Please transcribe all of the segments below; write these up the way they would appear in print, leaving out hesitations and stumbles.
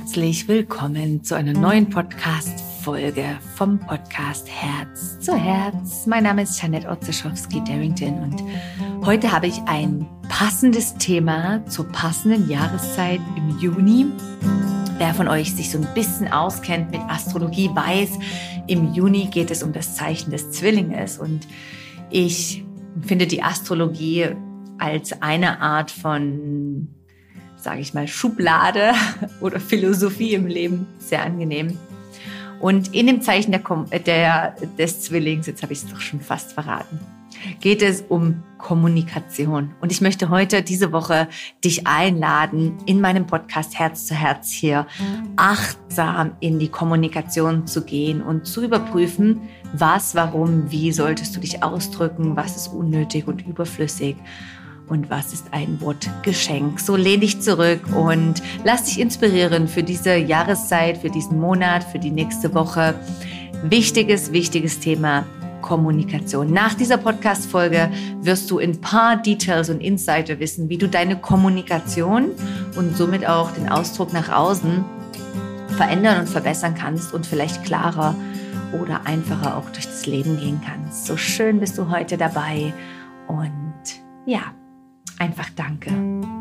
herzlich willkommen zu einer neuen Podcast-Folge vom Podcast Herz zu Herz. Mein Name ist Jeanette Otzeschowski-Darrington und heute habe ich ein passendes Thema zur passenden Jahreszeit im Juni. Wer von euch sich so ein bisschen auskennt mit Astrologie, weiß, im Juni geht es um das Zeichen des Zwillinges und ich finde die Astrologie als eine Art von, sage ich mal, Schublade oder Philosophie im Leben sehr angenehm. Und in dem Zeichen des Zwillings, jetzt habe ich es doch schon fast verraten, geht es um Kommunikation. Und ich möchte heute, diese Woche, dich einladen, in meinem Podcast Herz zu Herz hier achtsam in die Kommunikation zu gehen und zu überprüfen, was, warum, wie solltest du dich ausdrücken, was ist unnötig und überflüssig. Und was ist ein Wortgeschenk? So lehn dich zurück und lass dich inspirieren für diese Jahreszeit, für diesen Monat, für die nächste Woche. Wichtiges Thema, Kommunikation. Nach dieser Podcast-Folge wirst du ein paar Details und Insights wissen, wie du deine Kommunikation und somit auch den Ausdruck nach außen verändern und verbessern kannst und vielleicht klarer oder einfacher auch durch das Leben gehen kannst. So schön bist du heute dabei und ja, einfach danke.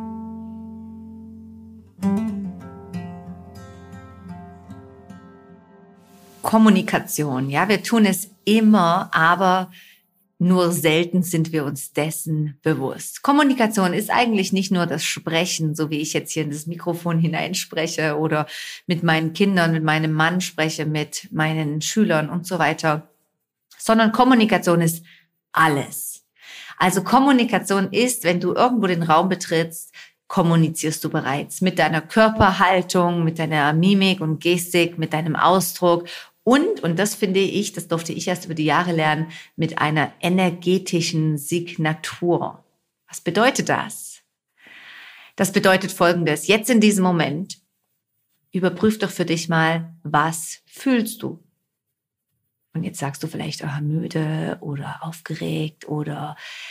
Kommunikation, ja, wir tun es immer, aber nur selten sind wir uns dessen bewusst. Kommunikation ist eigentlich nicht nur das Sprechen, so wie ich jetzt hier in das Mikrofon hineinspreche oder mit meinen Kindern, mit meinem Mann spreche, mit meinen Schülern und so weiter, sondern Kommunikation ist alles. Also Kommunikation ist, wenn du irgendwo den Raum betrittst, kommunizierst du bereits mit deiner Körperhaltung, mit deiner Mimik und Gestik, mit deinem Ausdruck und das finde ich, das durfte ich erst über die Jahre lernen, mit einer energetischen Signatur. Was bedeutet das? Das bedeutet Folgendes. Jetzt in diesem Moment, überprüf doch für dich mal, was fühlst du? Und jetzt sagst du vielleicht müde oder aufgeregt oder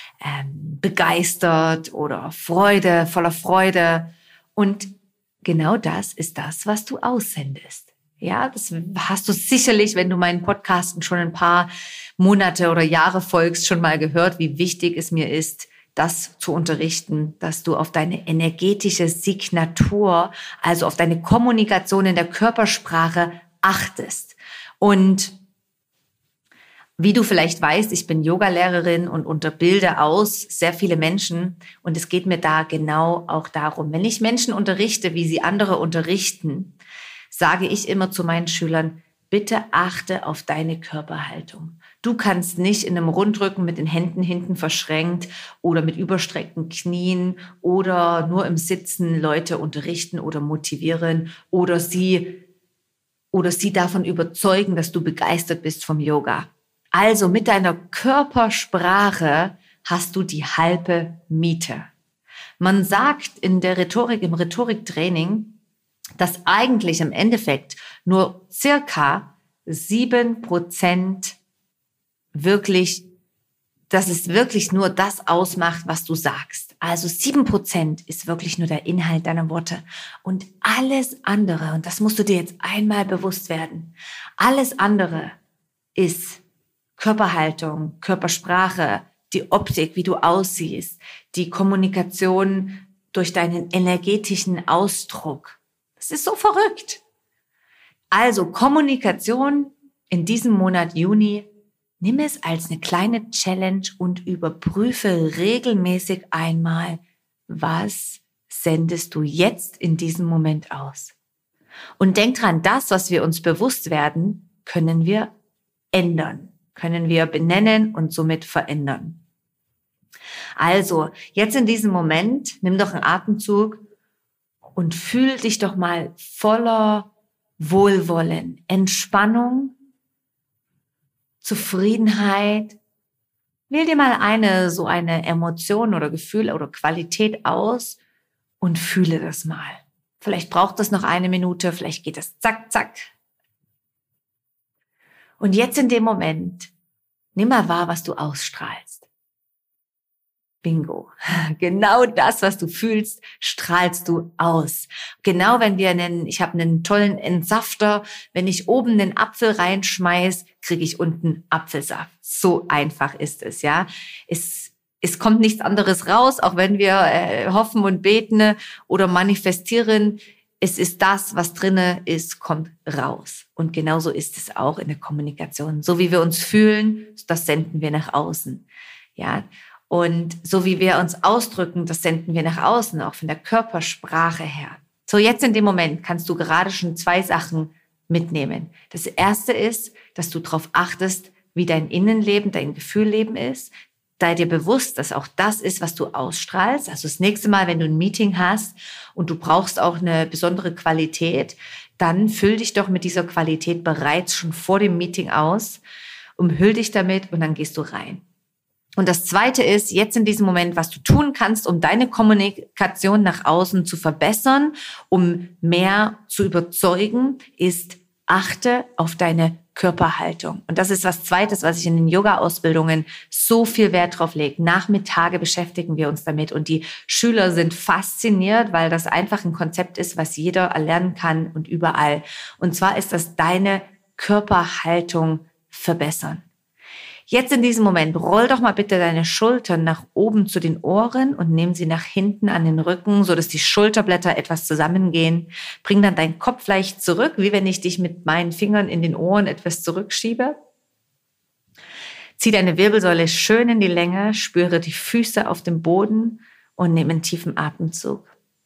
begeistert oder Freude, voller Freude. Und genau das ist das, was du aussendest. Ja, das hast du sicherlich, wenn du meinen Podcasten schon ein paar Monate oder Jahre folgst, schon mal gehört, wie wichtig es mir ist, das zu unterrichten, dass du auf deine energetische Signatur, also auf deine Kommunikation in der Körpersprache achtest. Und wie du vielleicht weißt, ich bin Yogalehrerin und unterbilde aus sehr viele Menschen und es geht mir da genau auch darum. Wenn ich Menschen unterrichte, wie sie andere unterrichten, sage ich immer zu meinen Schülern, bitte achte auf deine Körperhaltung. Du kannst nicht in einem Rundrücken mit den Händen hinten verschränkt oder mit überstreckten Knien oder nur im Sitzen Leute unterrichten oder motivieren oder sie davon überzeugen, dass du begeistert bist vom Yoga. Also mit deiner Körpersprache hast du die halbe Miete. Man sagt in der Rhetorik, im Rhetoriktraining, dass eigentlich im Endeffekt nur circa 7% dass es wirklich nur das ausmacht, was du sagst. Also 7% ist wirklich nur der Inhalt deiner Worte. Und alles andere, und das musst du dir jetzt einmal bewusst werden, alles andere ist Körperhaltung, Körpersprache, die Optik, wie du aussiehst, die Kommunikation durch deinen energetischen Ausdruck. Das ist so verrückt. Also Kommunikation in diesem Monat Juni, nimm es als eine kleine Challenge und überprüfe regelmäßig einmal, was sendest du jetzt in diesem Moment aus. Und denk dran, das, was wir uns bewusst werden, können wir ändern. Können wir benennen und somit verändern. Also, jetzt in diesem Moment, nimm doch einen Atemzug und fühl dich doch mal voller Wohlwollen, Entspannung, Zufriedenheit. Wähl dir mal eine Emotion oder Gefühl oder Qualität aus und fühle das mal. Vielleicht braucht das noch eine Minute, vielleicht geht das zack, zack. Und jetzt in dem Moment, nimm mal wahr, was du ausstrahlst. Bingo. Genau das, was du fühlst, strahlst du aus. Genau wenn ich habe einen tollen Entsafter, wenn ich oben einen Apfel reinschmeiß, kriege ich unten Apfelsaft. So einfach ist es, ja. Es kommt nichts anderes raus, auch wenn wir hoffen und beten oder manifestieren. Es ist das, was drinne ist, kommt raus. Und genauso ist es auch in der Kommunikation. So wie wir uns fühlen, das senden wir nach außen, ja. Und so wie wir uns ausdrücken, das senden wir nach außen, auch von der Körpersprache her. So, jetzt in dem Moment kannst du gerade schon 2 Sachen mitnehmen. Das erste ist, dass du darauf achtest, wie dein Innenleben, dein Gefühlleben ist. Sei dir bewusst, dass auch das ist, was du ausstrahlst. Also das nächste Mal, wenn du ein Meeting hast und du brauchst auch eine besondere Qualität, dann füll dich doch mit dieser Qualität bereits schon vor dem Meeting aus, umhüll dich damit und dann gehst du rein. Und das Zweite ist, jetzt in diesem Moment, was du tun kannst, um deine Kommunikation nach außen zu verbessern, um mehr zu überzeugen, ist, achte auf deine Körperhaltung. Und das ist was Zweites, was ich in den Yoga-Ausbildungen so viel Wert drauf lege. Nachmittage beschäftigen wir uns damit und die Schüler sind fasziniert, weil das einfach ein Konzept ist, was jeder erlernen kann und überall. Und zwar ist das deine Körperhaltung verbessern. Jetzt in diesem Moment, roll doch mal bitte deine Schultern nach oben zu den Ohren und nimm sie nach hinten an den Rücken, sodass die Schulterblätter etwas zusammengehen. Bring dann deinen Kopf leicht zurück, wie wenn ich dich mit meinen Fingern in den Ohren etwas zurückschiebe. Zieh deine Wirbelsäule schön in die Länge, spüre die Füße auf dem Boden und nimm einen tiefen Atemzug.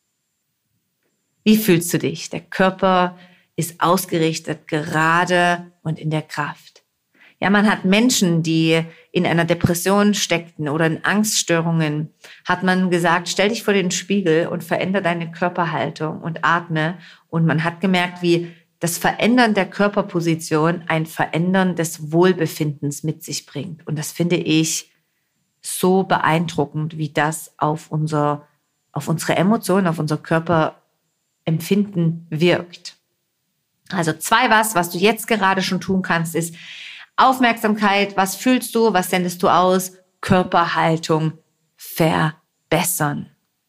Wie fühlst du dich? Der Körper ist ausgerichtet, gerade und in der Kraft. Ja, man hat Menschen, die in einer Depression steckten oder in Angststörungen, hat man gesagt, stell dich vor den Spiegel und verändere deine Körperhaltung und atme. Und man hat gemerkt, wie das Verändern der Körperposition ein Verändern des Wohlbefindens mit sich bringt. Und das finde ich so beeindruckend, wie das auf unsere Emotionen, auf unser Körperempfinden wirkt. Also 2, was du jetzt gerade schon tun kannst, ist Aufmerksamkeit, was fühlst du, was sendest du aus? Körperhaltung verbessern.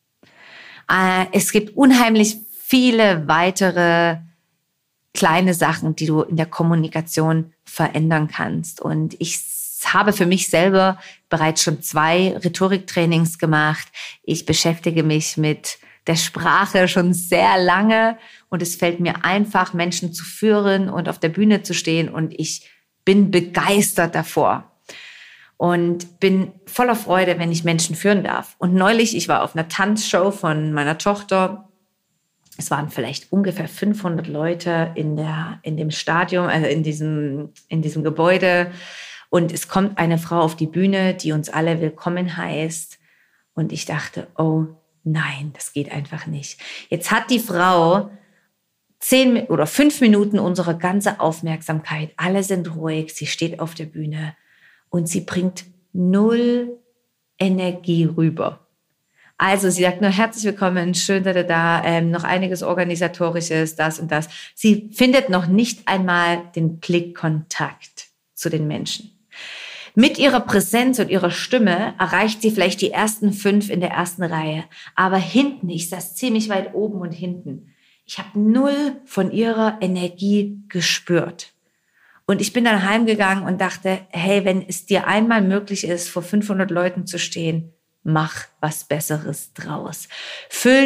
Es gibt unheimlich viele weitere kleine Sachen, die du in der Kommunikation verändern kannst. Und ich habe für mich selber bereits schon 2 Rhetoriktrainings gemacht. Ich beschäftige mich mit der Sprache schon sehr lange und es fällt mir einfach, Menschen zu führen und auf der Bühne zu stehen und ich bin begeistert davor und bin voller Freude, wenn ich Menschen führen darf. Und neulich, ich war auf einer Tanzshow von meiner Tochter. Es waren vielleicht ungefähr 500 Leute in dem Stadion, also in diesem Gebäude. Und es kommt eine Frau auf die Bühne, die uns alle willkommen heißt. Und ich dachte, oh nein, das geht einfach nicht. Jetzt hat die Frau 10 oder 5 Minuten unsere ganze Aufmerksamkeit. Alle sind ruhig. Sie steht auf der Bühne und sie bringt 0 Energie rüber. Also sie sagt nur herzlich willkommen, schön, dass ihr da, noch einiges Organisatorisches, das und das. Sie findet noch nicht einmal den Blickkontakt zu den Menschen. Mit ihrer Präsenz und ihrer Stimme erreicht sie vielleicht die ersten 5 in der ersten Reihe. Aber hinten, ich saß ziemlich weit oben und hinten, ich habe 0 von ihrer Energie gespürt. Und ich bin dann heimgegangen und dachte, hey, wenn es dir einmal möglich ist, vor 500 Leuten zu stehen, mach was Besseres draus. Füll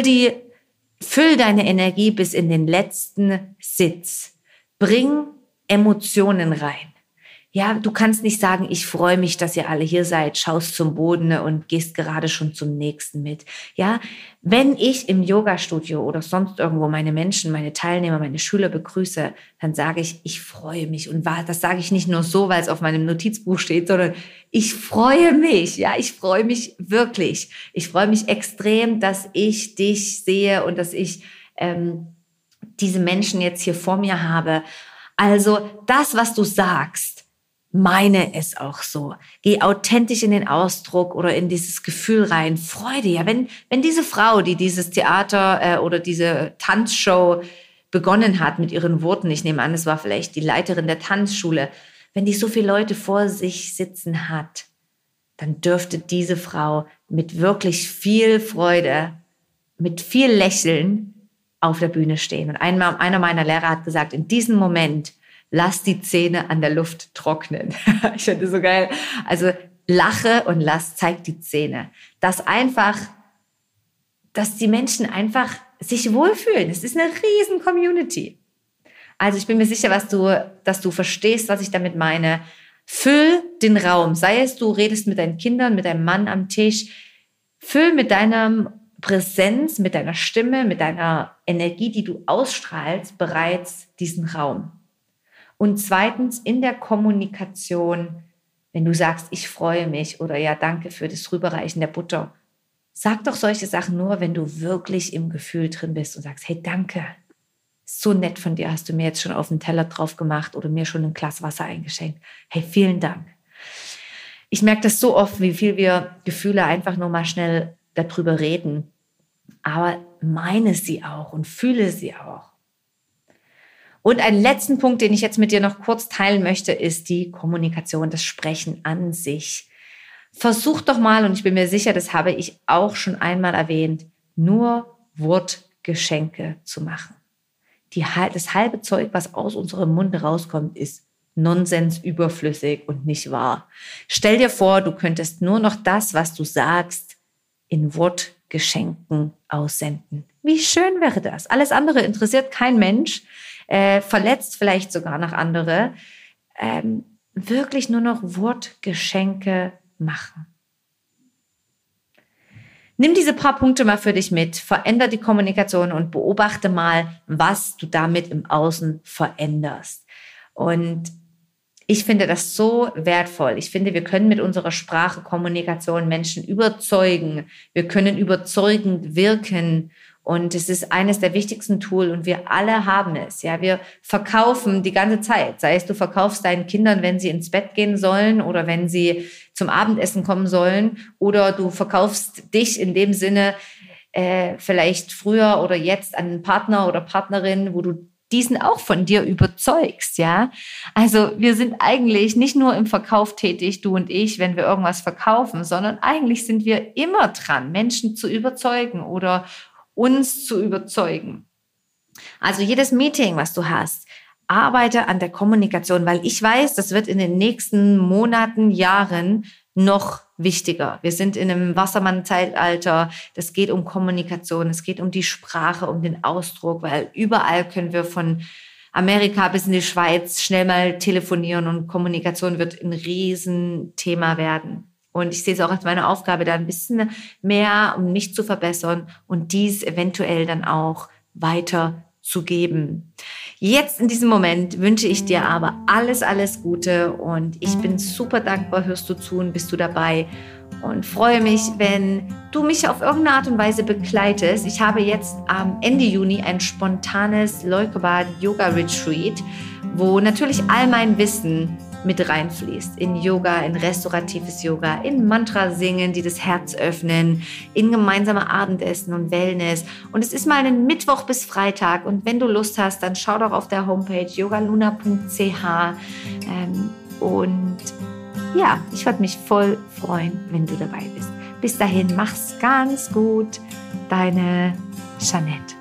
deine Energie bis in den letzten Sitz. Bring Emotionen rein. Ja, du kannst nicht sagen, ich freue mich, dass ihr alle hier seid, schaust zum Boden und gehst gerade schon zum nächsten mit. Ja, wenn ich im Yogastudio oder sonst irgendwo meine Menschen, meine Teilnehmer, meine Schüler begrüße, dann sage ich freue mich. Und das sage ich nicht nur so, weil es auf meinem Notizbuch steht, sondern ich freue mich. Ja, ich freue mich wirklich. Ich freue mich extrem, dass ich dich sehe und dass ich diese Menschen jetzt hier vor mir habe. Also das, was du sagst, meine es auch so. Geh authentisch in den Ausdruck oder in dieses Gefühl rein. Freude, ja. Wenn diese Frau, die dieses Theater oder diese Tanzshow begonnen hat mit ihren Worten, ich nehme an, es war vielleicht die Leiterin der Tanzschule, wenn die so viele Leute vor sich sitzen hat, dann dürfte diese Frau mit wirklich viel Freude, mit viel Lächeln auf der Bühne stehen. Und einer meiner Lehrer hat gesagt, in diesem Moment lass die Zähne an der Luft trocknen. Ich finde das so geil. Also lache und zeig die Zähne. Dass die Menschen einfach sich wohlfühlen. Es ist eine riesen Community. Also ich bin mir sicher, dass du verstehst, was ich damit meine. Füll den Raum. Sei es, du redest mit deinen Kindern, mit deinem Mann am Tisch. Füll mit deiner Präsenz, mit deiner Stimme, mit deiner Energie, die du ausstrahlst, bereits diesen Raum. Und zweitens, in der Kommunikation, wenn du sagst, ich freue mich oder ja, danke für das Rüberreichen der Butter. Sag doch solche Sachen nur, wenn du wirklich im Gefühl drin bist und sagst, hey, danke. So nett von dir, hast du mir jetzt schon auf den Teller drauf gemacht oder mir schon ein Glas Wasser eingeschenkt. Hey, vielen Dank. Ich merke das so oft, wie viel wir Gefühle einfach nur mal schnell darüber reden. Aber meine sie auch und fühle sie auch. Und einen letzten Punkt, den ich jetzt mit dir noch kurz teilen möchte, ist die Kommunikation, das Sprechen an sich. Versuch doch mal, und ich bin mir sicher, das habe ich auch schon einmal erwähnt, nur Wortgeschenke zu machen. Das halbe Zeug, was aus unserem Mund rauskommt, ist Nonsens, überflüssig und nicht wahr. Stell dir vor, du könntest nur noch das, was du sagst, in Wortgeschenken aussenden. Wie schön wäre das? Alles andere interessiert kein Mensch, verletzt vielleicht sogar noch andere. Wirklich nur noch Wortgeschenke machen. Nimm diese paar Punkte mal für dich mit, veränder die Kommunikation und beobachte mal, was du damit im Außen veränderst. Und ich finde das so wertvoll. Ich finde, wir können mit unserer Sprache, Kommunikation Menschen überzeugen. Wir können überzeugend wirken. Und es ist eines der wichtigsten Tools und wir alle haben es. Ja, wir verkaufen die ganze Zeit. Sei es, du verkaufst deinen Kindern, wenn sie ins Bett gehen sollen oder wenn sie zum Abendessen kommen sollen. Oder du verkaufst dich in dem Sinne vielleicht früher oder jetzt an einen Partner oder Partnerin, wo du diesen auch von dir überzeugst. Ja, also wir sind eigentlich nicht nur im Verkauf tätig, du und ich, wenn wir irgendwas verkaufen, sondern eigentlich sind wir immer dran, Menschen zu überzeugen oder uns zu überzeugen. Also jedes Meeting, was du hast, arbeite an der Kommunikation, weil ich weiß, das wird in den nächsten Monaten, Jahren noch wichtiger. Wir sind in einem Wassermann-Zeitalter. Das geht um Kommunikation, es geht um die Sprache, um den Ausdruck, weil überall können wir von Amerika bis in die Schweiz schnell mal telefonieren und Kommunikation wird ein Riesenthema werden. Und ich sehe es auch als meine Aufgabe, da ein bisschen mehr, um mich zu verbessern und dies eventuell dann auch weiterzugeben. Jetzt in diesem Moment wünsche ich dir aber alles, alles Gute und ich bin super dankbar, hörst du zu und bist du dabei und freue mich, wenn du mich auf irgendeine Art und Weise begleitest. Ich habe jetzt am Ende Juni ein spontanes Leukerbad-Yoga-Retreat, wo natürlich all mein Wissen mit reinfließt. In Yoga, in restauratives Yoga, in Mantra singen, die das Herz öffnen, in gemeinsame Abendessen und Wellness. Und es ist mal ein Mittwoch bis Freitag. Und wenn du Lust hast, dann schau doch auf der Homepage yogaluna.ch. Und ja, ich würde mich voll freuen, wenn du dabei bist. Bis dahin, mach's ganz gut. Deine Jeanette.